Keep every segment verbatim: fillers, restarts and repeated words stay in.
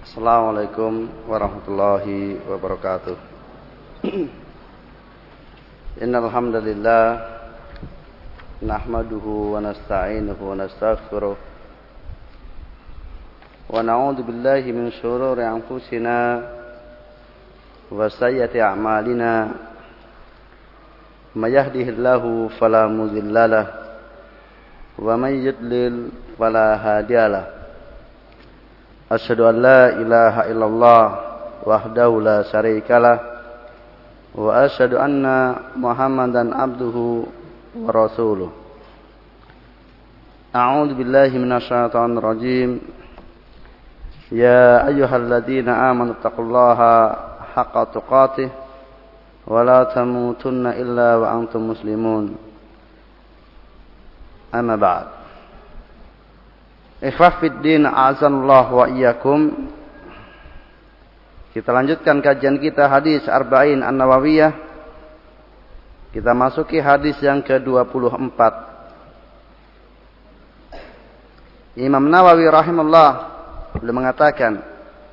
Assalamualaikum warahmatullahi wabarakatuh. Innal hamdalillah nahmaduhu wa nasta'inuhu wa nastaghfiruh wa na'udzu billahi min shururi anfusina wa sayyiati a'malina. May yahdihillahu fala mudhillalah wa may yudlil fala hadiyalah. Asyhadu an la ilaha illallah wahdahu la syarikalah wa asyhadu anna Muhammadan abduhu wa rasuluh. A'udzu billahi minasyaitonir rajim. Ya ayyuhalladzina amanu taqullaha haqqa tuqatih wa la tamutunna illa wa antum muslimun. Amma ba'd. Ikhwah fiddin a'azanallah wa iyyakum. Kita lanjutkan kajian kita hadis Arba'in An-Nawawiyah. Kita masuki hadis yang ke dua puluh empat. Imam Nawawi rahimahullah beliau mengatakan,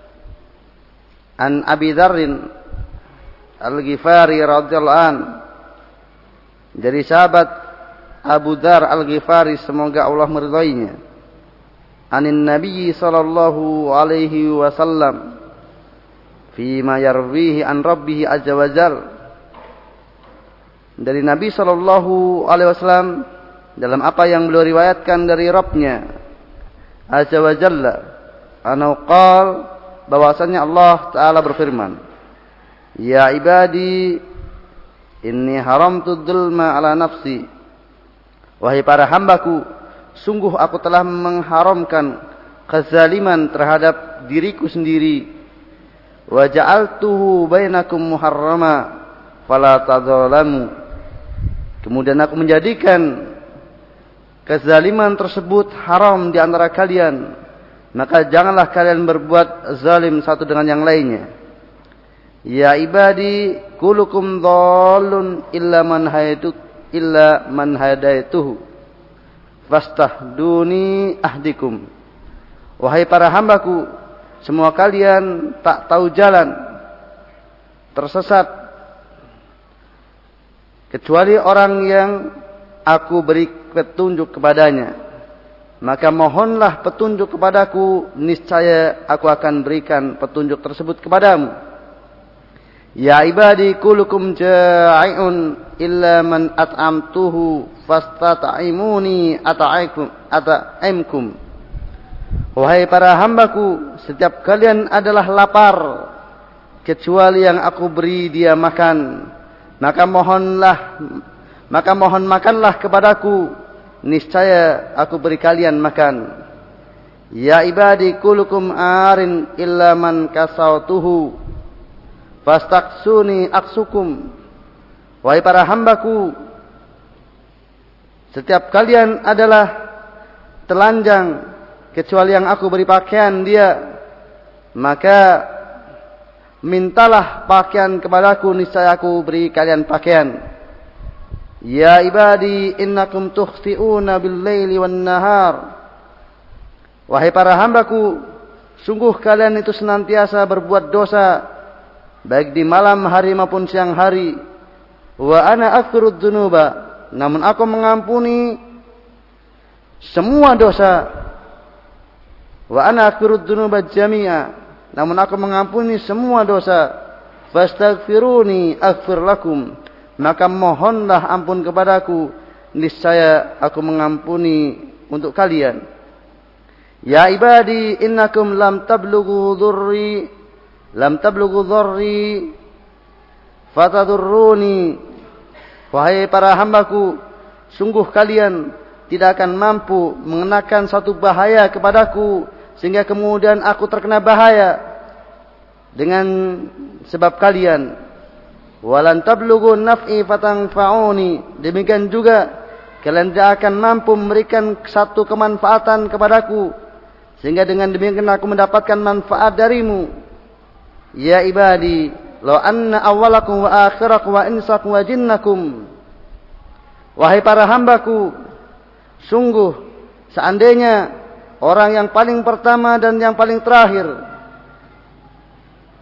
An Abi Dzarrin Al-Ghifari radhiyallahu an, dari sahabat Abu Dzar Al-Ghifari, semoga Allah meridhoinya, anin Nabi sallallahu alaihi wasallam fima yarwihi an Rabbih azza wa jal, dari Nabi sallallahu alaihi wasallam dalam apa yang beliau riwayatkan dari Rabbnya azza wa jalla, anau qal, bahwasanya Allah taala berfirman, ya ibadi inni haramtu dzulma ala nafsi, wahai para hambaku, sungguh aku telah mengharamkan kezaliman terhadap diriku sendiri. Wa ja'altuhu bainakum muharrama fala tadzalamu. Kemudian aku menjadikan kezaliman tersebut haram di antara kalian, maka janganlah kalian berbuat zalim satu dengan yang lainnya. Ya ibadi kullukum dhallun illa man hadaitu illa man hadaituhu fastahduni ahdikum. Wahai para hambaku, semua kalian tak tahu jalan, tersesat, kecuali orang yang aku beri petunjuk kepadanya. Maka mohonlah petunjuk kepadaku, niscaya aku akan berikan petunjuk tersebut kepadamu. Ya ibadi kullukum ja'iun illa man at'amtuhu fastata'imuni ata'aikum ata'imkum. Wahai para hambaku, setiap kalian adalah lapar kecuali yang aku beri dia makan, maka mohonlah maka mohon makanlah kepadaku, niscaya aku beri kalian makan. Ya ibadi kullukum arin illa man kasautuhu fastaksuni aksukum. Wahai para hambaku, setiap kalian adalah telanjang kecuali yang aku beri pakaian dia, maka mintalah pakaian kepadaku, niscaya aku beri kalian pakaian. Ya ibadi innakum tukhti'una bil-laili wan-nahar. Wahai para hambaku, sungguh kalian itu senantiasa berbuat dosa, baik di malam hari maupun siang hari. Wa ana aghfirudz dzunuba, namun aku mengampuni semua dosa. Wa ana aghfirudz dzunuba jami'a, namun aku mengampuni semua dosa. Fastaghfiruni aghfir lakum, maka mohonlah ampun kepadaku, niscaya aku mengampuni untuk kalian. Ya ibadi innakum lam tablughu dhurri lam tablughu dhurri fatadurruni. Wahai para hambaku, sungguh kalian tidak akan mampu mengenakan satu bahaya kepadaku sehingga kemudian aku terkena bahaya dengan sebab kalian. Walan tablughu naf'i fatanfa'uni. Demikian juga kalian tidak akan mampu memberikan satu kemanfaatan kepadaku sehingga dengan demikian aku mendapatkan manfaat darimu. Ya ibadi, law anna awwalakum wa akhirakum wa insakum wa jinnakum. Wahai para hambaku, sungguh seandainya orang yang paling pertama dan yang paling terakhir,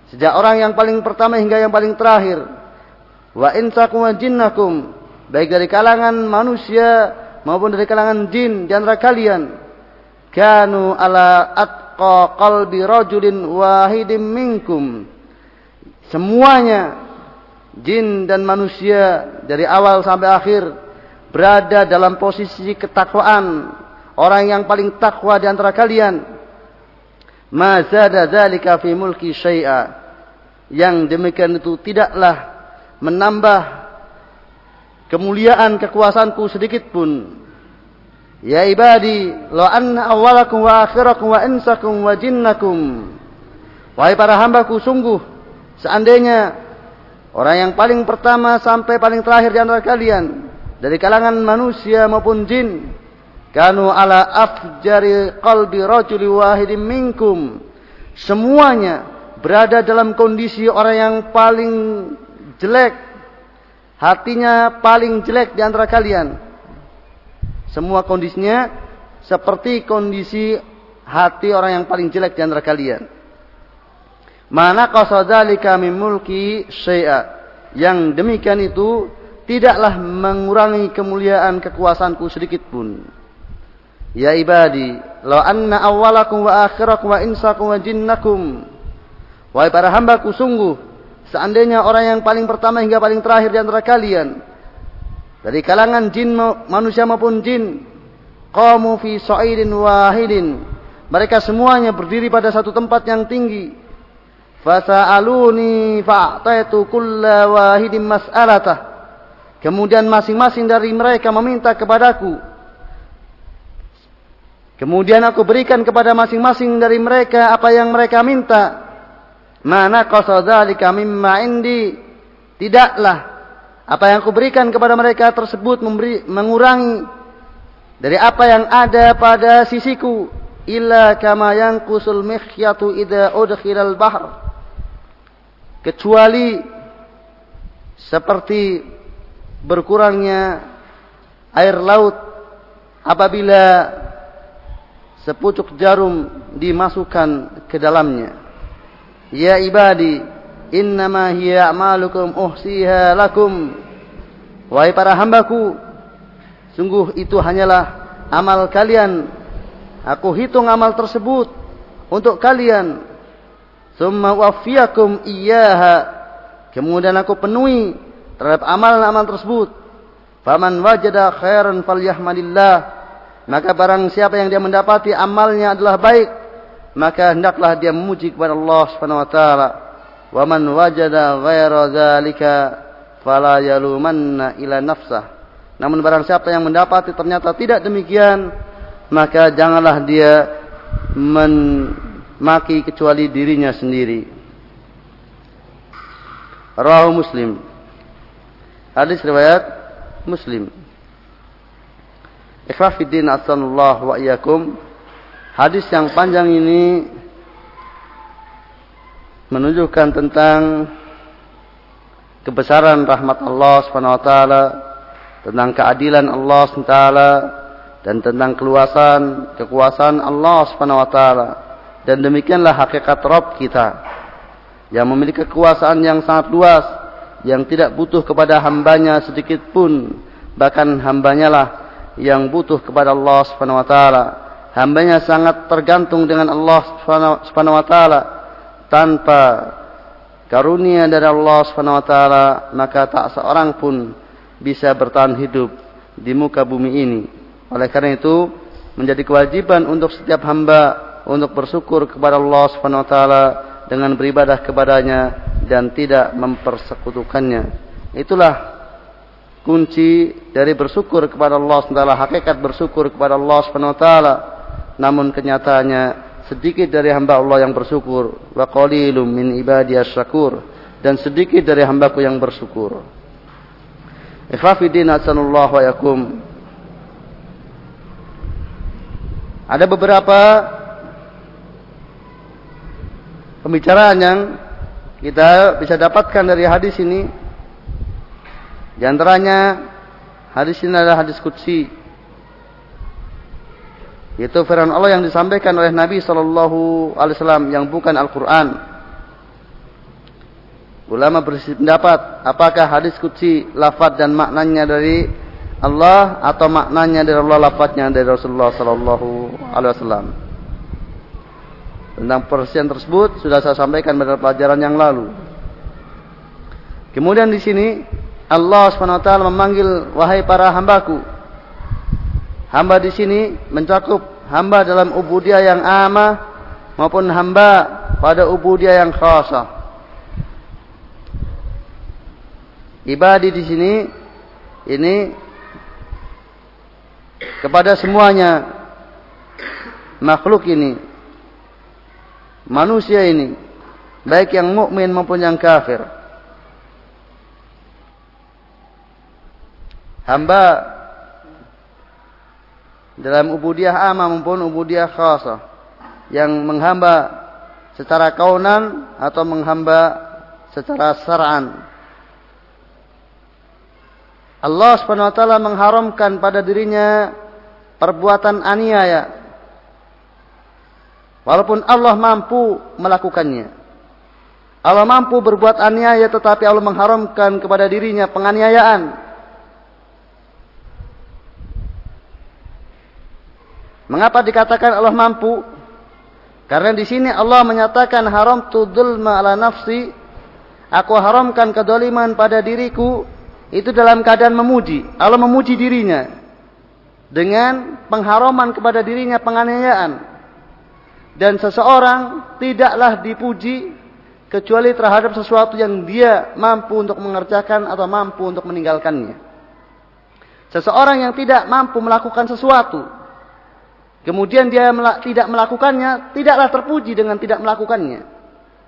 Sejak orang yang paling pertama hingga yang paling terakhir. Wa insakum wa jinnakum, baik dari kalangan manusia maupun dari kalangan jin di antara kalian. Kanu ala atqa qalbi rajulin wahidin minkum. Semuanya jin dan manusia dari awal sampai akhir berada dalam posisi ketakwaan orang yang paling takwa di antara kalian. Ma zada dzalika fi mulki syai'a, yang demikian itu tidaklah menambah kemuliaan kekuasaanku sedikit pun. Ya ibadi, law anna awwalakum wa akhirakum wa insakum wa jinnakum, wahai para hambaku, sungguh seandainya orang yang paling pertama sampai paling terakhir di antara kalian dari kalangan manusia maupun jin, kanu ala afjari qalbi rajuli wahidin minkum, semuanya berada dalam kondisi orang yang paling jelek, hatinya paling jelek di antara kalian. Semua kondisinya seperti kondisi hati orang yang paling jelek di antara kalian. Mana qasadzalika min mulki syai'a, yang demikian itu tidaklah mengurangi kemuliaan kekuasaanku sedikit pun. Ya ibadi, law anna awwalakum wa akhirakum wa insakum wa jinnakum, wahai para hambaku, sungguh seandainya orang yang paling pertama hingga paling terakhir di antara kalian dari kalangan jin manusia maupun jin, qamu fi sa'idin wahidin, mereka semuanya berdiri pada satu tempat yang tinggi. Fasa'aluni fa'taitu kulla wahidin mas'alatah, kemudian masing-masing dari mereka meminta kepadaku, kemudian aku berikan kepada masing-masing dari mereka apa yang mereka minta. Mana qasadzalika mimma indi, tidaklah apa yang aku berikan kepada mereka tersebut memberi, mengurangi dari apa yang ada pada sisiku. Illa kama yanqusul mikhyatu idza udkhilal bahr, kecuali seperti berkurangnya air laut apabila sepucuk jarum dimasukkan ke dalamnya. Ya ibadi, innama hiya a'malukum uhsiha lakum, wahai para hambaku, sungguh itu hanyalah amal kalian, aku hitung amal tersebut untuk kalian. Tsumma uwaffiyakum iyyaha, kemudian aku penuhi terhadap amal-amal tersebut. Faman wajada khairan falyahmadillah, maka barang siapa yang dia mendapati amalnya adalah baik, maka hendaklah dia memuji kepada Allah Subhanahu wa taala. Wa man wajada ghaira dzalika fala yalumanna ila nafsah. Namun barang siapa yang mendapati ternyata tidak demikian, maka janganlah dia memaki kecuali dirinya sendiri. Rawahu Muslim. Hadis riwayat Muslim. Ikhwah fiddin asallallahu wa iyyakum. Hadis yang panjang ini menunjukkan tentang kebesaran rahmat Allah Subhanahu wa taala, tentang keadilan Allah Subhanahu wa taala, dan tentang keluasan kekuasaan Allah Subhanahu wa taala. Dan demikianlah hakikat Rabb kita yang memiliki kekuasaan yang sangat luas, yang tidak butuh kepada hambanya sedikit pun, bahkan hambanya lah yang butuh kepada Allah Subhanahu wa taala. Hambanya sangat tergantung dengan Allah Subhanahu wa taala. Tanpa karunia dari Allah Subhanahu wa taala, maka tak seorang pun bisa bertahan hidup di muka bumi ini. Oleh karena itu, menjadi kewajiban untuk setiap hamba untuk bersyukur kepada Allah Subhanahu wa taala dengan beribadah kepadanya dan tidak mempersekutukannya. Itulah kunci dari bersyukur kepada Allah Subhanahu wa taala, hakikat bersyukur kepada Allah Subhanahu wa taala. Namun kenyataannya sedikit dari hamba Allah yang bersyukur. Wa qalilum min ibadiyas syakur, dan sedikit dari hambaku yang bersyukur. Ikhwafidin asanullah wa yakum. Ada beberapa pembicaraan yang kita bisa dapatkan dari hadis ini. Di antaranya hadis ini adalah hadis qudsi, yaitu firman Allah yang disampaikan oleh Nabi sallallahu alaihi wasallam yang bukan Al-Qur'an. Ulama berselisih pendapat apakah hadis qudsi lafaz dan maknanya dari Allah atau maknanya dari Allah, lafaznya dari Rasulullah sallallahu alaihi wasallam. Tentang perselisihan tersebut sudah saya sampaikan pada pelajaran yang lalu. Kemudian di sini Allah Subhanahu wa taala memanggil wahai para hambaku. Hamba di sini mencakup hamba dalam ubudiyah yang amah maupun hamba pada ubudiyah yang khasah. Ibadi di sini ini kepada semuanya makhluk ini, manusia ini, baik yang mukmin maupun yang kafir. Hamba dalam ubudiyah amah maupun ubudiyah khasah, yang menghamba secara kaunan atau menghamba secara syar'an. Allah Subhanahu wa taala mengharamkan pada dirinya perbuatan aniaya, walaupun Allah mampu melakukannya. Allah mampu berbuat aniaya, tetapi Allah mengharamkan kepada dirinya penganiayaan. Mengapa dikatakan Allah mampu? Karena di sini Allah menyatakan haram tu dzulma ala nafsi, aku haramkan kedzaliman pada diriku. Itu dalam keadaan memuji. Allah memuji dirinya dengan pengharaman kepada dirinya penganiayaan. Dan seseorang tidaklah dipuji kecuali terhadap sesuatu yang dia mampu untuk mengerjakan atau mampu untuk meninggalkannya. Seseorang yang tidak mampu melakukan sesuatu, kemudian dia tidak melakukannya, tidaklah terpuji dengan tidak melakukannya.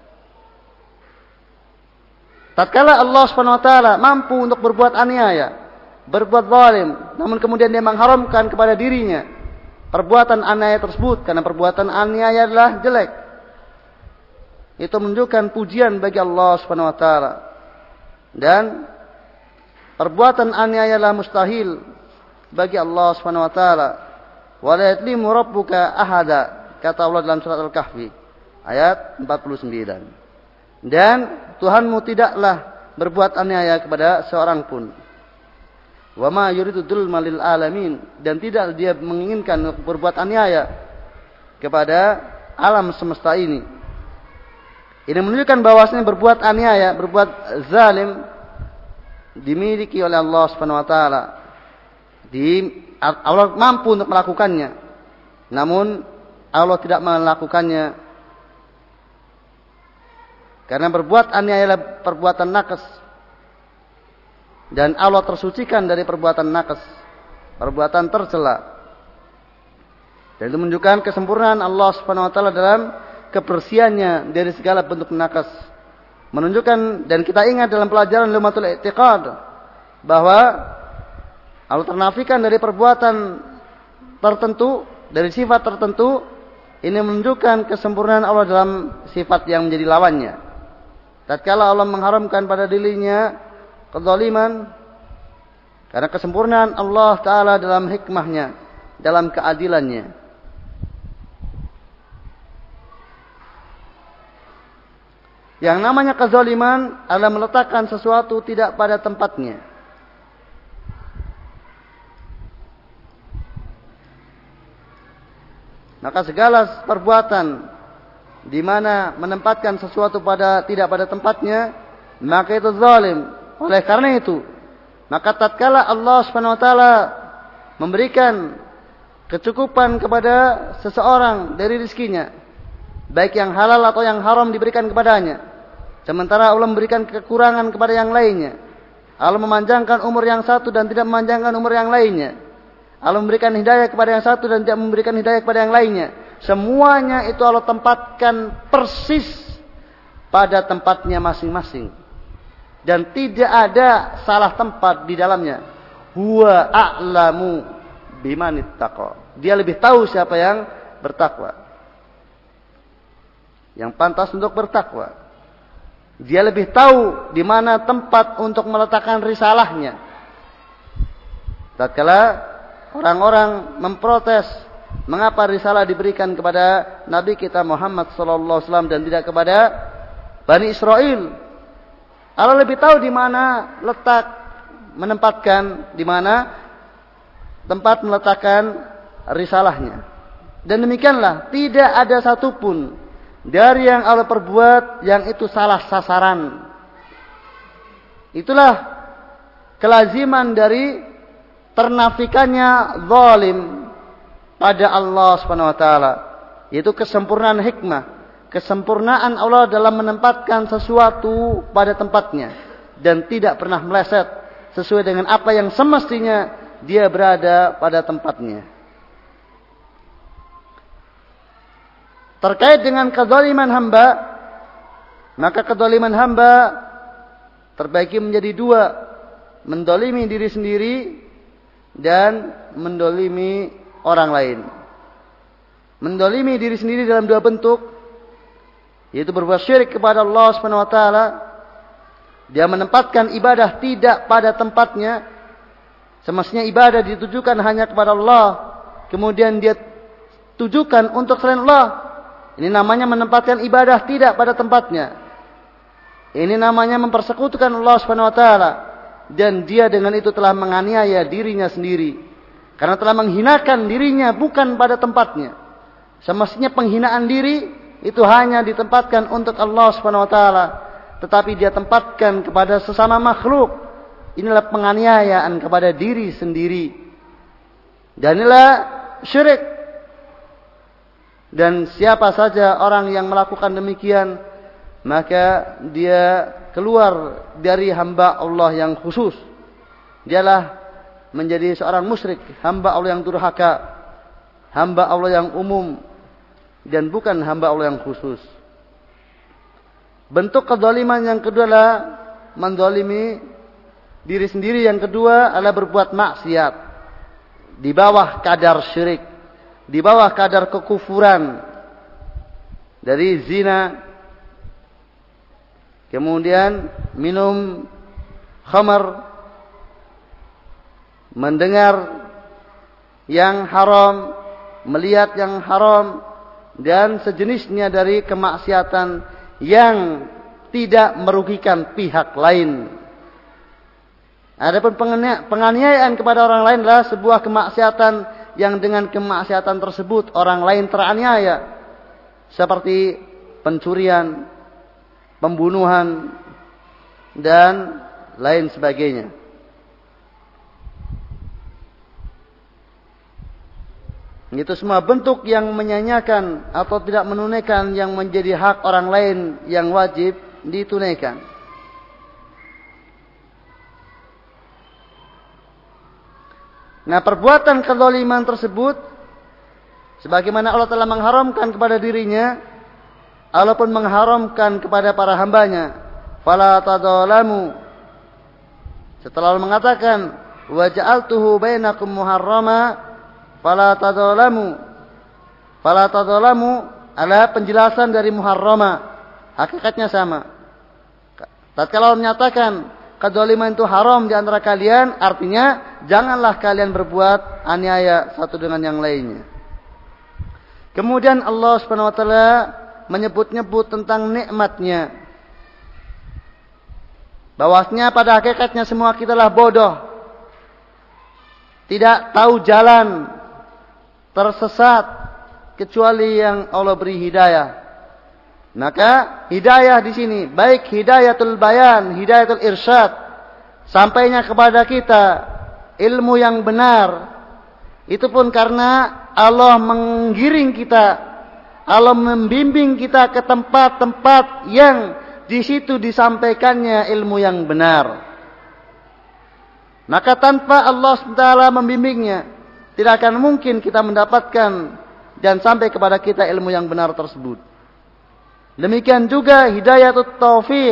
Tatkala Allah Subhanahu wa taala mampu untuk berbuat aniaya, berbuat zalim, namun kemudian dia mengharamkan kepada dirinya perbuatan aniaya tersebut karena perbuatan aniaya adalah jelek. Itu menunjukkan pujian bagi Allah Subhanahu wa taala. Dan perbuatan aniaya adalah mustahil bagi Allah Subhanahu wa taala. Wa la yadlimu rabbuka ahada, kata Allah dalam surat Al-Kahfi ayat empat puluh sembilan. Dan Tuhanmu tidaklah berbuat aniaya kepada seorang pun. Wa ma yuridu dzulma lil alamin, dan tidak dia menginginkan berbuat aniaya kepada alam semesta ini. Ini menunjukkan bahwasanya berbuat aniaya, berbuat zalim dimiliki oleh Allah Subhanahu wa taala. Di Allah mampu untuk melakukannya. Namun Allah tidak melakukannya. Karena berbuat aniaya adalah perbuatan nakas. Dan Allah tersucikan dari perbuatan nakas, perbuatan tercela. Dan itu menunjukkan kesempurnaan Allah Subhanahu wa taala dalam kebersihannya dari segala bentuk nakas. Menunjukkan, dan kita ingat dalam pelajaran Lumatul I'tiqad bahwa Allah ternafikan dari perbuatan tertentu, dari sifat tertentu. Ini menunjukkan kesempurnaan Allah dalam sifat yang menjadi lawannya. Tatkala Allah mengharamkan pada dirinya kezaliman, karena kesempurnaan Allah Ta'ala dalam hikmahnya, dalam keadilannya. Yang namanya kezaliman adalah meletakkan sesuatu tidak pada tempatnya. Maka segala perbuatan di mana menempatkan sesuatu pada tidak pada tempatnya, maka itu zalim. Oleh karena itu, maka tatkala Allah Subhanahu wa taala memberikan kecukupan kepada seseorang dari rezekinya, baik yang halal atau yang haram diberikan kepadanya, sementara Allah memberikan kekurangan kepada yang lainnya. Allah memanjangkan umur yang satu dan tidak memanjangkan umur yang lainnya. Allah memberikan hidayah kepada yang satu dan tidak memberikan hidayah kepada yang lainnya. Semuanya itu Allah tempatkan persis pada tempatnya masing-masing. Dan tidak ada salah tempat di dalamnya. Huwa a'lamu bimanittaqa. Dia lebih tahu siapa yang bertakwa, yang pantas untuk bertakwa. Dia lebih tahu di mana tempat untuk meletakkan risalahnya. Tatkala orang-orang memprotes mengapa risalah diberikan kepada Nabi kita Muhammad sallallahu alaihi wasallam dan tidak kepada Bani Israel, Allah lebih tahu di mana letak menempatkan, di mana tempat meletakkan risalahnya. Dan demikianlah, tidak ada satupun dari yang Allah perbuat yang itu salah sasaran. Itulah kelaziman dari ternafikannya zalim pada Allah Subhanahu wa taala, yaitu kesempurnaan hikmah, kesempurnaan Allah dalam menempatkan sesuatu pada tempatnya dan tidak pernah meleset sesuai dengan apa yang semestinya dia berada pada tempatnya. Terkait dengan kezaliman hamba, maka kezaliman hamba terbagi menjadi dua: mendolimi diri sendiri dan mendolimi orang lain. Mendolimi diri sendiri dalam dua bentuk, yaitu berbuat syirik kepada Allah Subhanahu wa taala. Dia menempatkan ibadah tidak pada tempatnya. Semestinya ibadah ditujukan hanya kepada Allah, kemudian dia tujukan untuk selain Allah. Ini namanya menempatkan ibadah tidak pada tempatnya. Ini namanya mempersekutukan Allah Subhanahu wa taala, dan dia dengan itu telah menganiaya dirinya sendiri karena telah menghinakan dirinya bukan pada tempatnya. Semestinya penghinaan diri itu hanya ditempatkan untuk Allah Subhanahu wa taala, tetapi dia tempatkan kepada sesama makhluk. Inilah penganiayaan kepada diri sendiri. Dan inilah syirik. Dan siapa saja orang yang melakukan demikian, maka dia keluar dari hamba Allah yang khusus. Dialah menjadi seorang musyrik, hamba Allah yang durhaka, hamba Allah yang umum, dan bukan hamba Allah yang khusus. Bentuk kezaliman yang kedua adalah menzalimi diri sendiri. Yang kedua adalah berbuat maksiat di bawah kadar syirik, di bawah kadar kekufuran, dari zina, kemudian minum khamar, mendengar yang haram, melihat yang haram, dan sejenisnya dari kemaksiatan yang tidak merugikan pihak lain. Adapun penganiayaan kepada orang lain adalah sebuah kemaksiatan yang dengan kemaksiatan tersebut orang lain teraniaya, seperti pencurian, pembunuhan, dan lain sebagainya. Itu semua bentuk yang menyanyiakan atau tidak menunaikan yang menjadi hak orang lain yang wajib ditunaikan. Nah, perbuatan kezaliman tersebut, sebagaimana Allah telah mengharamkan kepada dirinya, Allah pun mengharamkan kepada para hambanya. Fala tadzalamu. Setelah Allah mengatakan, wa ja'altuhu bainakum muharrama, fala tadzalamu. Fala tadzalamu adalah penjelasan dari muharrama. Hakikatnya sama. Tatkala Allah menyatakan kezaliman itu haram di antara kalian, artinya janganlah kalian berbuat aniaya satu dengan yang lainnya. Kemudian Allah Subhanahu wa taala menyebut-nyebut tentang nikmatnya, bahwasanya pada hakikatnya semua kita lah bodoh, tidak tahu jalan, tersesat kecuali yang Allah beri hidayah. Maka hidayah di sini baik hidayatul bayan, hidayatul irsyad, sampainya kepada kita ilmu yang benar, itu pun karena Allah menggiring kita, Allah membimbing kita ke tempat-tempat yang di situ disampaikannya ilmu yang benar. Maka tanpa Allah subhanahu wa taala membimbingnya, tidak akan mungkin kita mendapatkan dan sampai kepada kita ilmu yang benar tersebut. Demikian juga hidayatul taufiq,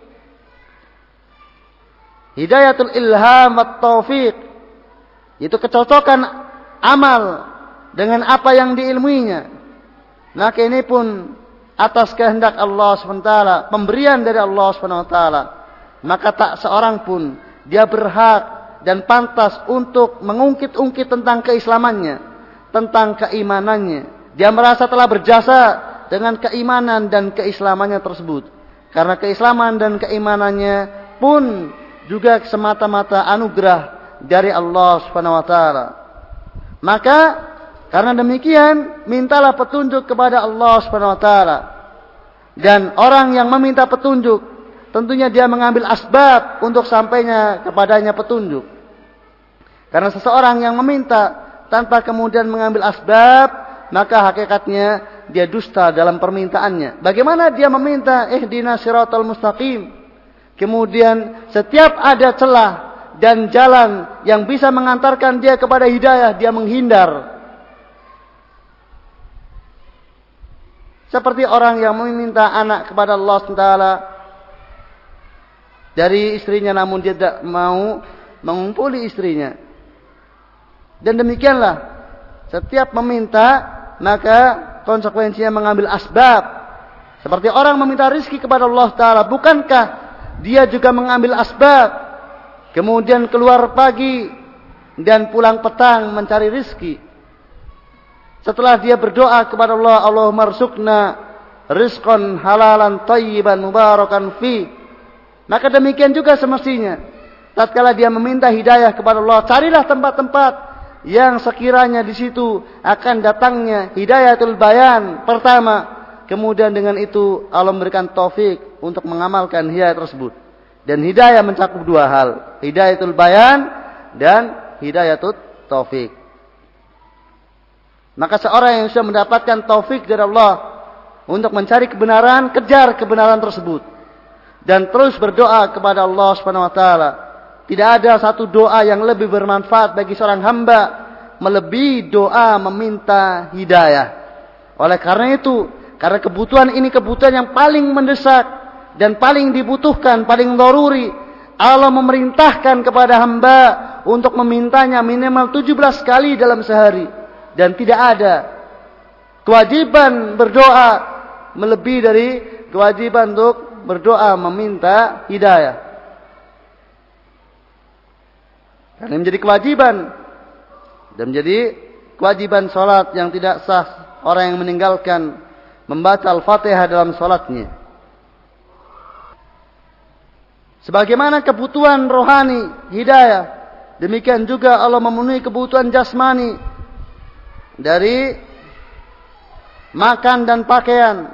hidayatul ilham wat taufiq, itu kecocokan amal dengan apa yang diilmuinya. Maka ini pun atas kehendak Allah subhanahu wa taala, pemberian dari Allah subhanahu wa taala. Maka tak seorang pun dia berhak dan pantas untuk mengungkit-ungkit tentang keislamannya, tentang keimanannya. Dia merasa telah berjasa dengan keimanan dan keislamannya tersebut. Karena keislaman dan keimanannya pun juga semata-mata anugerah dari Allah Subhanahu wa taala. Maka karena demikian, mintalah petunjuk kepada Allah Subhanahu wa taala. Dan orang yang meminta petunjuk, tentunya dia mengambil asbab untuk sampainya kepadanya petunjuk. Karena seseorang yang meminta tanpa kemudian mengambil asbab, maka hakikatnya dia dusta dalam permintaannya. Bagaimana dia meminta ihdinas siratal mustaqim, kemudian setiap ada celah dan jalan yang bisa mengantarkan dia kepada hidayah, dia menghindar. Seperti orang yang meminta anak kepada Allah subhanahu wa taala dari istrinya, namun dia tidak mau mengumpuli istrinya. Dan demikianlah setiap meminta, maka konsekuensinya mengambil asbab. Seperti orang meminta rizki kepada Allah Ta'ala, bukankah dia juga mengambil asbab, kemudian keluar pagi dan pulang petang mencari rizki. Setelah dia berdoa kepada Allah, Allahumma rzuqna rizqan halalan thayyiban mubarakan fi, maka demikian juga semestinya tatkala dia meminta hidayah kepada Allah, carilah tempat-tempat yang sekiranya di situ akan datangnya hidayatul bayan pertama, kemudian dengan itu Allah memberikan taufik untuk mengamalkan hidayah tersebut. Dan hidayah mencakup dua hal, hidayatul bayan dan hidayatul taufik. Maka seorang yang sudah mendapatkan taufik dari Allah untuk mencari kebenaran, kejar kebenaran tersebut dan terus berdoa kepada Allah Subhanahu wa taala. Tidak ada satu doa yang lebih bermanfaat bagi seorang hamba melebihi doa meminta hidayah. Oleh karena itu, karena kebutuhan ini kebutuhan yang paling mendesak dan paling dibutuhkan, paling daruri, Allah memerintahkan kepada hamba untuk memintanya minimal tujuh belas kali dalam sehari. Dan tidak ada kewajiban berdoa melebihi dari kewajiban untuk berdoa meminta hidayah. Karena menjadi kewajiban dan menjadi kewajiban salat yang tidak sah orang yang meninggalkan membaca Al-Fatihah dalam salatnya. Sebagaimana kebutuhan rohani hidayah, demikian juga Allah memenuhi kebutuhan jasmani dari makan dan pakaian.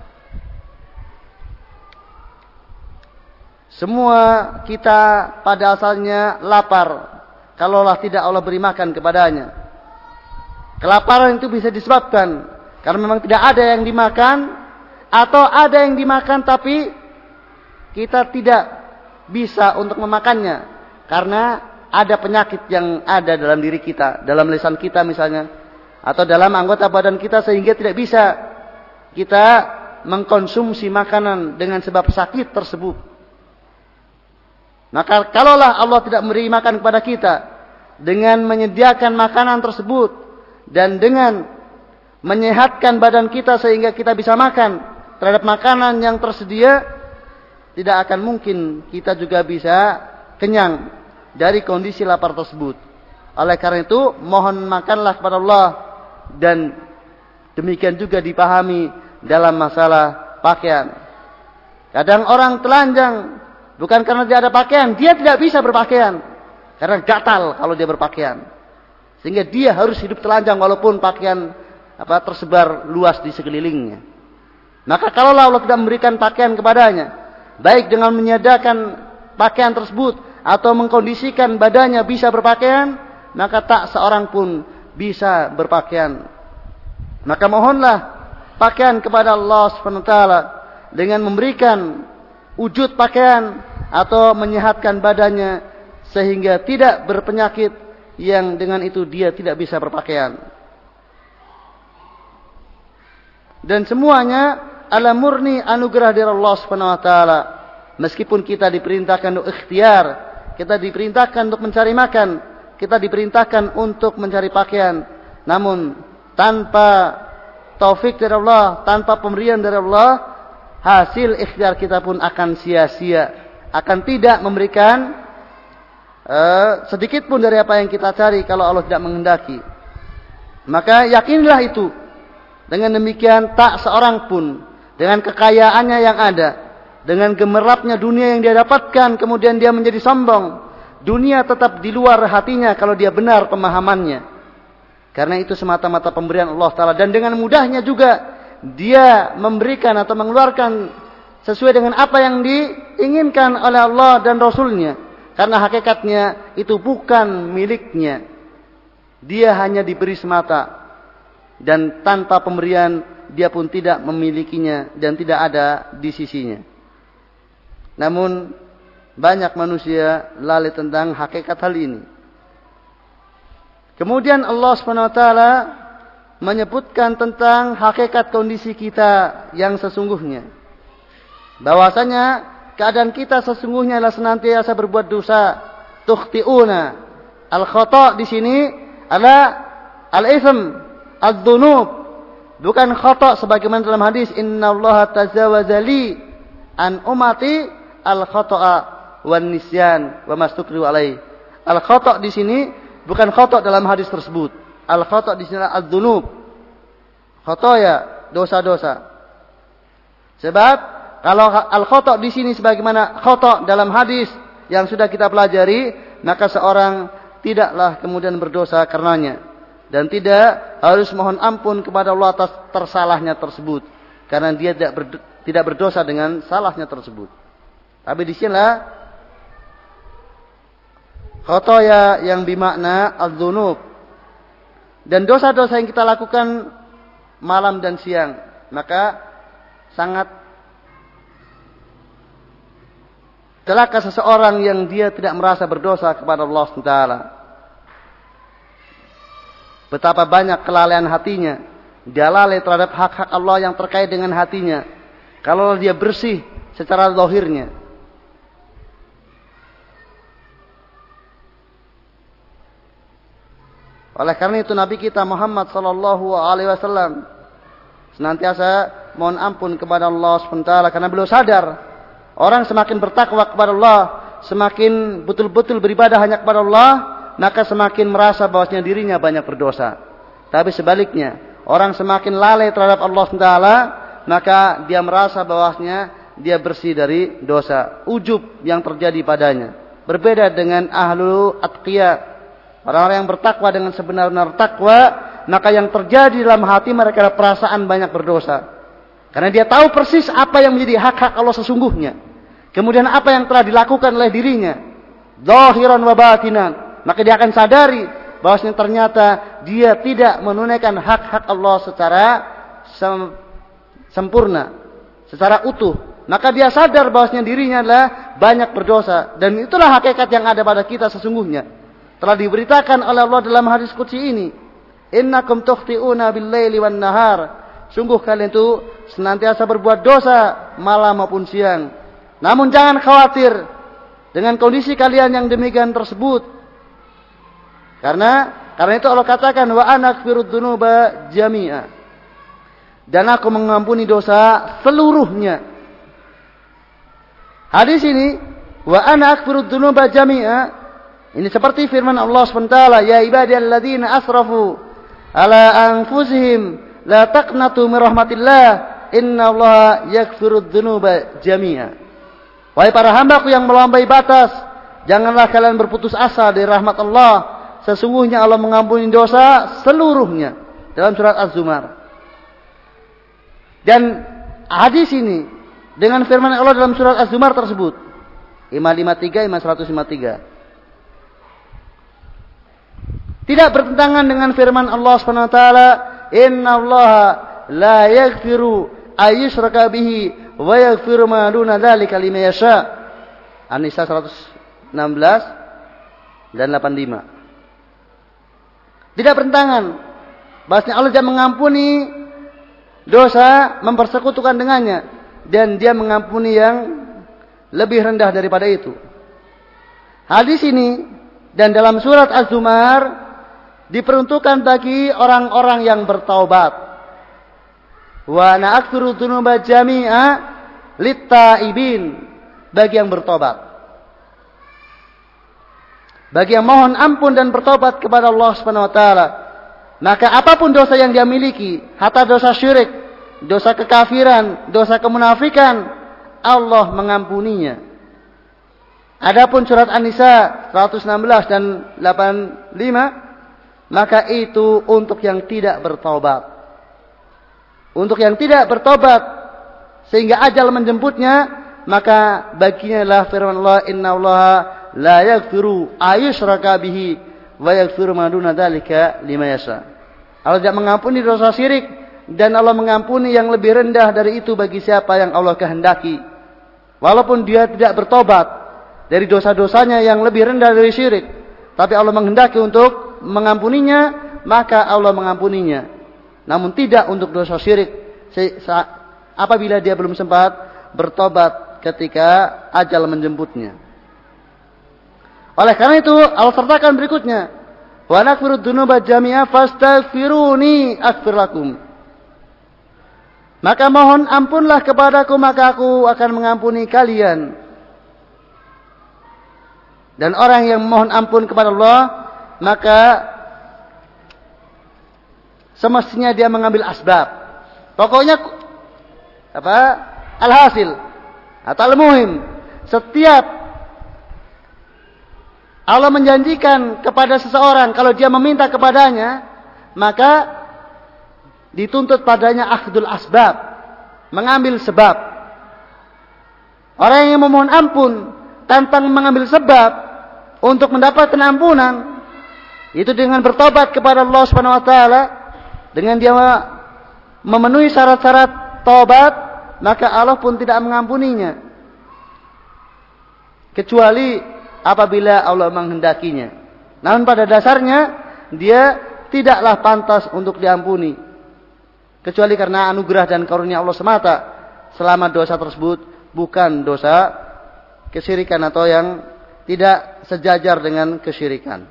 Semua kita pada asalnya lapar, kalaulah tidak Allah beri makan kepadanya. Kelaparan itu bisa disebabkan karena memang tidak ada yang dimakan, atau ada yang dimakan tapi kita tidak bisa untuk memakannya karena ada penyakit yang ada dalam diri kita, dalam lisan kita misalnya, atau dalam anggota badan kita, sehingga tidak bisa kita mengkonsumsi makanan dengan sebab sakit tersebut. Maka kalaulah Allah tidak memberi makan kepada kita dengan menyediakan makanan tersebut dan dengan menyehatkan badan kita sehingga kita bisa makan terhadap makanan yang tersedia, tidak akan mungkin kita juga bisa kenyang dari kondisi lapar tersebut. Oleh karena itu, mohon makanlah kepada Allah. Dan demikian juga dipahami dalam masalah pakaian. Kadang orang telanjang bukan karena dia ada pakaian, dia tidak bisa berpakaian karena gatal kalau dia berpakaian, sehingga dia harus hidup telanjang walaupun pakaian apa tersebar luas di sekelilingnya. Maka kalau Allah tidak memberikan pakaian kepadanya, baik dengan menyediakan pakaian tersebut atau mengkondisikan badannya bisa berpakaian, maka tak seorang pun bisa berpakaian. Maka mohonlah pakaian kepada Allah subhanahu wa taala dengan memberikan wujud pakaian atau menyehatkan badannya sehingga tidak berpenyakit yang dengan itu dia tidak bisa berpakaian. Dan semuanya ala murni anugerah dari Allah subhanahu wa taala. Meskipun kita diperintahkan untuk ikhtiar, kita diperintahkan untuk mencari makan, kita diperintahkan untuk mencari pakaian, namun tanpa taufik dari Allah, tanpa pemberian dari Allah, hasil ikhtiar kita pun akan sia-sia, akan tidak memberikan uh, sedikit pun dari apa yang kita cari kalau Allah tidak menghendaki. Maka yakinlah itu. Dengan demikian tak seorang pun dengan kekayaannya yang ada, dengan gemerlapnya dunia yang dia dapatkan, kemudian dia menjadi sombong. Dunia tetap di luar hatinya kalau dia benar pemahamannya. Karena itu semata-mata pemberian Allah Ta'ala. Dan dengan mudahnya juga dia memberikan atau mengeluarkan sesuai dengan apa yang diinginkan oleh Allah dan Rasulnya. Karena hakikatnya itu bukan miliknya. Dia hanya diberi semata. Dan tanpa pemberian dia pun tidak memilikinya dan tidak ada di sisinya. Namun banyak manusia lalai tentang hakikat hal ini. Kemudian Allah subhanahu wa taala menyebutkan tentang hakikat kondisi kita yang sesungguhnya. Bahwasanya keadaan kita sesungguhnya adalah senantiasa berbuat dosa. Tukhti'una. Al-khata' di sini adalah al-itsm, adz-dzunub. Bukan khata' sebagaimana dalam hadis innallaha tazawaza li an ummati al-khata'a wan nisyan wa mastukrihu alai. Al-khata' di sini bukan khata' dalam hadis tersebut. Al-khata' di sini adalah adz-dzunub. Khataya, dosa-dosa. Sebab kalau al-khata' di sini sebagaimana khata' dalam hadis yang sudah kita pelajari, maka seorang tidaklah kemudian berdosa karenanya dan tidak harus mohon ampun kepada Allah atas tersalahnya tersebut karena dia tidak berdo- tidak berdosa dengan salahnya tersebut. Tapi di sinilah khataya yang bermakna adz-dzunub. Dan dosa-dosa yang kita lakukan malam dan siang, maka sangat celaka seseorang yang dia tidak merasa berdosa kepada Allah subhanahu wa taala. Betapa banyak kelalaian hatinya. Dia lalai terhadap hak-hak Allah yang terkait dengan hatinya. Kalau dia bersih secara zahirnya. Oleh karena itu Nabi kita Muhammad sallallahu alaihi wasallam senantiasa mohon ampun kepada Allah subhanahu wa taala karena beliau sadar orang semakin bertakwa kepada Allah, semakin betul-betul beribadah hanya kepada Allah, maka semakin merasa bahwasanya dirinya banyak berdosa. Tapi sebaliknya, orang semakin lalai terhadap Allah subhanahu wa taala, maka dia merasa bahwasanya dia bersih dari dosa. Ujub yang terjadi padanya. Berbeda dengan ahlu atqiya. Orang-orang yang bertakwa dengan sebenar-benar takwa, maka yang terjadi dalam hati mereka adalah perasaan banyak berdosa. Karena dia tahu persis apa yang menjadi hak-hak Allah sesungguhnya. Kemudian apa yang telah dilakukan oleh dirinya. Zahiran wa batinan. Maka dia akan sadari bahwasanya ternyata dia tidak menunaikan hak-hak Allah secara sem- sempurna. Secara utuh. Maka dia sadar bahwasanya dirinya adalah banyak berdosa. Dan itulah hakikat yang ada pada kita sesungguhnya. Telah diberitakan oleh Allah dalam hadis qudsi ini. Innakum tukhti'una bil-laili wan-nahar. Sungguh kalian itu senantiasa berbuat dosa malam maupun siang. Namun jangan khawatir dengan kondisi kalian yang demikian tersebut. Karena karena itu Allah katakan wa ana aghfirudz dzunuba jami'a. Dan aku mengampuni dosa seluruhnya. Hadis ini wa ana aghfirudz dzunuba jami'a. Ini seperti firman Allah subhanahu wa taala, ya ibadiyalladzina asrafu ala anfusihim la taqnatu min rahmatillah innallaha yaghfirudz dzunuba jami'a. Wahai para hambaku yang melampaui batas, janganlah kalian berputus asa dari rahmat Allah. Sesungguhnya Allah mengampuni dosa seluruhnya. Dalam surat Az-Zumar. Dan hadis ini dengan firman Allah dalam surat Az-Zumar tersebut. lima lima tiga, lima seratus lima puluh tiga. Tidak bertentangan dengan firman Allah subhanahu wa taala, "Innallaha la yaghfiru ayyushraka bihi wa yaghfiru ma duna dzalika liman yasha." An-Nisa seratus enam belas dan delapan puluh lima. Tidak bertentangan bahwasanya Allah tidak mengampuni dosa mempersekutukan dengannya dan dia mengampuni yang lebih rendah daripada itu. Hadis ini dan dalam surat Az-Zumar diperuntukkan bagi orang-orang yang bertaubat. Wa ana aghfiru dzunuba jami'a lit-taibin, bagi yang bertobat. Bagi yang mohon ampun dan bertobat kepada Allah Subhanahu wa taala. Maka apapun dosa yang dia miliki, hatta dosa syirik, dosa kekafiran, dosa kemunafikan, Allah mengampuninya. Adapun surat An-Nisa seratus enam belas dan delapan puluh lima, maka itu untuk yang tidak bertobat. Untuk yang tidak bertobat sehingga ajal menjemputnya, maka baginya lah firman Allah, innallaha la yaghfiru ayyushraka bihi wa yaghfiru ma duna dzalika liman yasha. Allah tidak mengampuni dosa syirik, dan Allah mengampuni yang lebih rendah dari itu bagi siapa yang Allah kehendaki. Walaupun dia tidak bertobat dari dosa-dosanya yang lebih rendah dari syirik, tapi Allah menghendaki untuk mengampuninya, maka Allah mengampuninya. Namun tidak untuk dosa syirik apabila dia belum sempat bertobat ketika ajal menjemputnya. Oleh karena itu Allah sertakan berikutnya, wa naghfiru dzunuba jami'a fastaghfiruni aghfir lakum. Maka mohon ampunlah kepadaku, maka aku akan mengampuni kalian. Dan orang yang mohon ampun kepada Allah, maka semestinya dia mengambil asbab. Pokoknya apa? Alhasil atau al-muhim, setiap Allah menjanjikan kepada seseorang kalau dia meminta kepadanya, maka dituntut padanya akhdul asbab, mengambil sebab. Orang yang memohon ampun tanpa mengambil sebab untuk mendapatkan ampunan, itu dengan bertobat kepada Allah Subhanahu wa taala, dengan dia memenuhi syarat-syarat taubat, maka Allah pun tidak mengampuninya kecuali apabila Allah menghendakinya. Namun pada dasarnya dia tidaklah pantas untuk diampuni kecuali karena anugerah dan karunia Allah semata, selama dosa tersebut bukan dosa kesyirikan atau yang tidak sejajar dengan kesyirikan.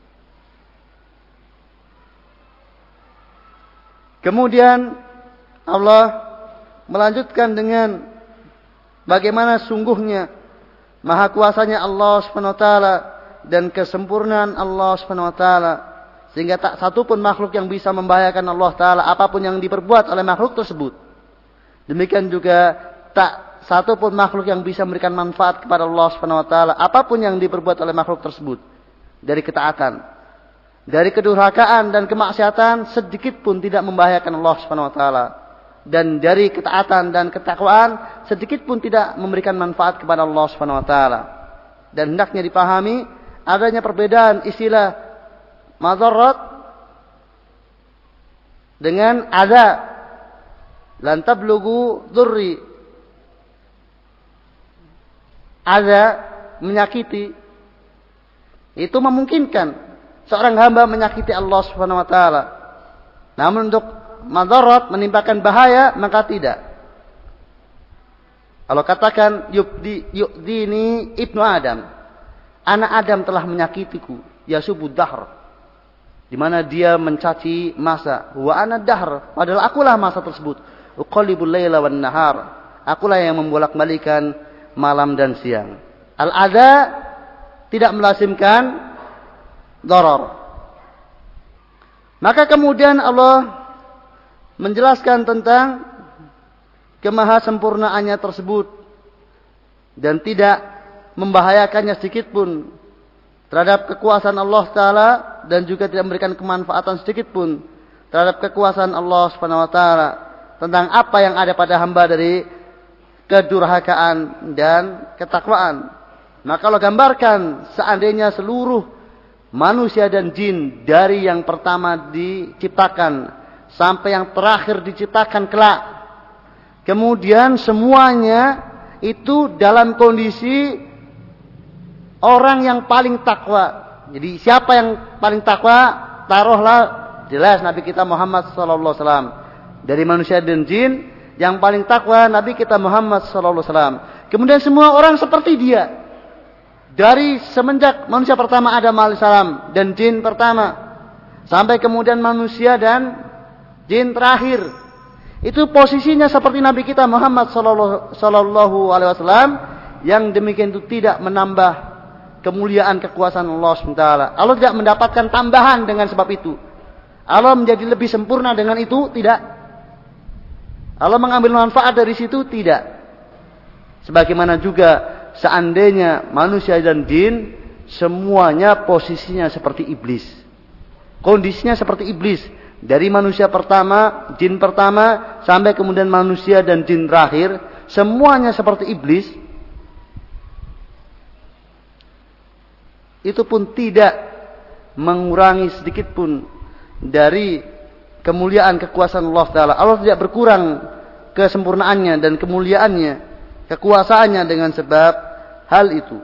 Kemudian Allah melanjutkan dengan bagaimana sungguhnya maha kuasanya Allah Subhanahu wa taala dan kesempurnaan Allah Subhanahu wa taala, sehingga tak satu pun makhluk yang bisa membahayakan Allah taala apapun yang diperbuat oleh makhluk tersebut. Demikian juga tak satu pun makhluk yang bisa memberikan manfaat kepada Allah Subhanahu wa taala apapun yang diperbuat oleh makhluk tersebut, dari ketaatan, dari kedurhakaan dan kemaksiatan, sedikit pun tidak membahayakan Allah Subhanahu wa taala. Dan dari ketaatan dan ketakwaan, sedikit pun tidak memberikan manfaat kepada Allah Subhanahu wa taala. Dan hendaknya dipahami adanya perbedaan istilah madarat dengan ada. Lan tablughu dzurri. Ada menyakiti, itu memungkinkan seorang hamba menyakiti Allah Subhanahu wa taala. Namun untuk madarat, menimpakan bahaya, maka tidak. Allah katakan yubdi yu'dini ibnu Adam. Anak Adam telah menyakitiku, yasubud dahr. Di mana dia mencaci masa. Wa ana dahr, padahal akulah masa tersebut. Uqallibul laila wan nahar. Akulah yang membolak-balikan malam dan siang. Al-adza tidak melazimkan darar. Maka kemudian Allah menjelaskan tentang kemahasempurnaannya tersebut dan tidak membahayakannya sedikit pun terhadap kekuasaan Allah Taala, dan juga tidak memberikan kemanfaatan sedikit pun terhadap kekuasaan Allah Subhanahu wa taala, tentang apa yang ada pada hamba dari kedurhakaan dan ketakwaan. Maka Allah gambarkan seandainya seluruh manusia dan jin dari yang pertama diciptakan sampai yang terakhir diciptakan kelak, kemudian semuanya itu dalam kondisi orang yang paling takwa. Jadi siapa yang paling takwa? Taruhlah jelas Nabi kita Muhammad sallallahu alaihi wasallam. Dari manusia dan jin yang paling takwa Nabi kita Muhammad sallallahu alaihi wasallam. Kemudian semua orang seperti dia. Dari semenjak manusia pertama Adam alaihissalam dan jin pertama, sampai kemudian manusia dan jin terakhir, itu posisinya seperti Nabi kita Muhammad sallallahu alaihi wasallam, yang demikian itu tidak menambah kemuliaan kekuasaan Allah subhanahu wa taala. Allah tidak mendapatkan tambahan dengan sebab itu. Allah menjadi lebih sempurna dengan itu, tidak. Allah mengambil manfaat dari situ, tidak. Sebagaimana juga seandainya manusia dan jin semuanya posisinya seperti iblis. Kondisinya seperti iblis. Dari manusia pertama, jin pertama, sampai kemudian manusia dan jin terakhir, semuanya seperti iblis. Itu pun tidak mengurangi sedikit pun dari kemuliaan kekuasaan Allah Ta'ala. Allah tidak berkurang kesempurnaannya dan kemuliaannya, kekuasaannya dengan sebab hal itu.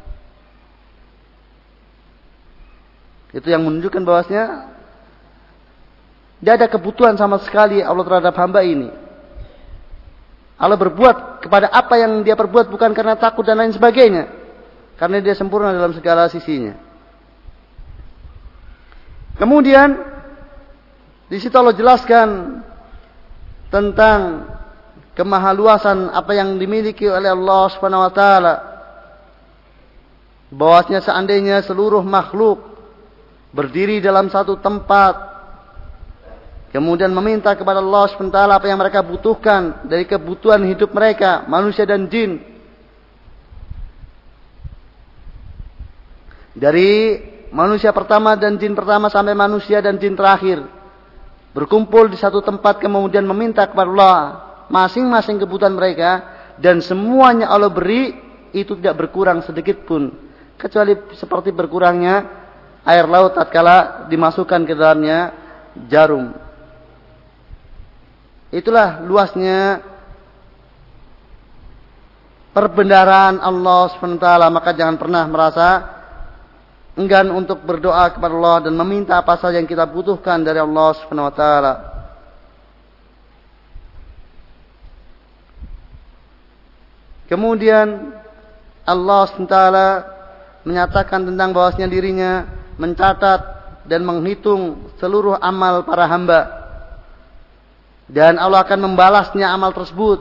Itu yang menunjukkan bahwasanya tidak ada kebutuhan sama sekali Allah terhadap hamba ini. Allah berbuat kepada apa yang dia perbuat bukan karena takut dan lain sebagainya. Karena dia sempurna dalam segala sisinya. Kemudian di situ Allah jelaskan tentang kemahaluasan apa yang dimiliki oleh Allah Subhanahu wa taala. Bahwasanya seandainya seluruh makhluk berdiri dalam satu tempat, kemudian meminta kepada Allah Subhanahu wa taala apa yang mereka butuhkan dari kebutuhan hidup mereka, manusia dan jin. Dari manusia pertama dan jin pertama sampai manusia dan jin terakhir berkumpul di satu tempat kemudian meminta kepada Allah masing-masing kebutuhan mereka, dan semuanya Allah beri, itu tidak berkurang sedikit pun kecuali seperti berkurangnya air laut tatkala dimasukkan ke dalamnya jarum. Itulah luasnya perbendaharaan Allah subhanahu wa taala. Maka jangan pernah merasa enggan untuk berdoa kepada Allah dan meminta apa saja yang kita butuhkan dari Allah Subhanahu wa taala. Kemudian Allah Subhanahu wa taala menyatakan tentang bahwasanya dirinya mencatat dan menghitung seluruh amal para hamba, dan Allah akan membalasnya amal tersebut,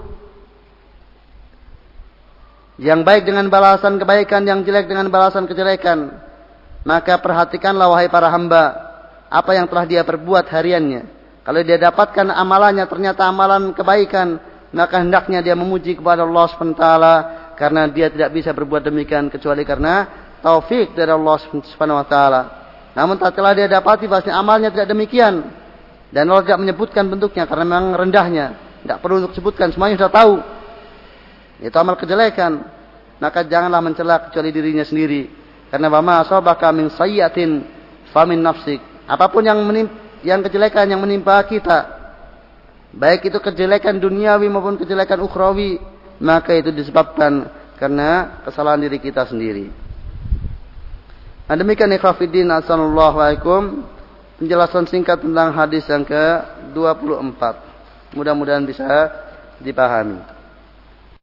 yang baik dengan balasan kebaikan, yang jelek dengan balasan kejelekan. Maka perhatikanlah wahai para hamba, apa yang telah dia perbuat hariannya. Kalau dia dapatkan amalannya ternyata amalan kebaikan, maka hendaknya dia memuji kepada Allah subhanahu wa taala, karena dia tidak bisa berbuat demikian kecuali karena taufik dari Allah subhanahu wa taala. Namun tatkala dia dapati bahwasanya amalnya tidak demikian, dan Allah tidak menyebutkan bentuknya karena memang rendahnya, tidak perlu untuk sebutkan, semuanya sudah tahu itu amal kejelekan, maka janganlah mencela kecuali dirinya sendiri. Karena wama asabaka min sayyi'atin famin nafsik. Apapun yang menimpa, yang kejelekan yang menimpa kita, baik itu kejelekan duniawi maupun kejelekan ukhrawi, maka itu disebabkan karena kesalahan diri kita sendiri. Nah, demikian ikhwah fiddin, assalamualaikum warahmatullahi wabarakatuh. Penjelasan singkat tentang hadis yang ke dua puluh empat. Mudah-mudahan bisa dipahami.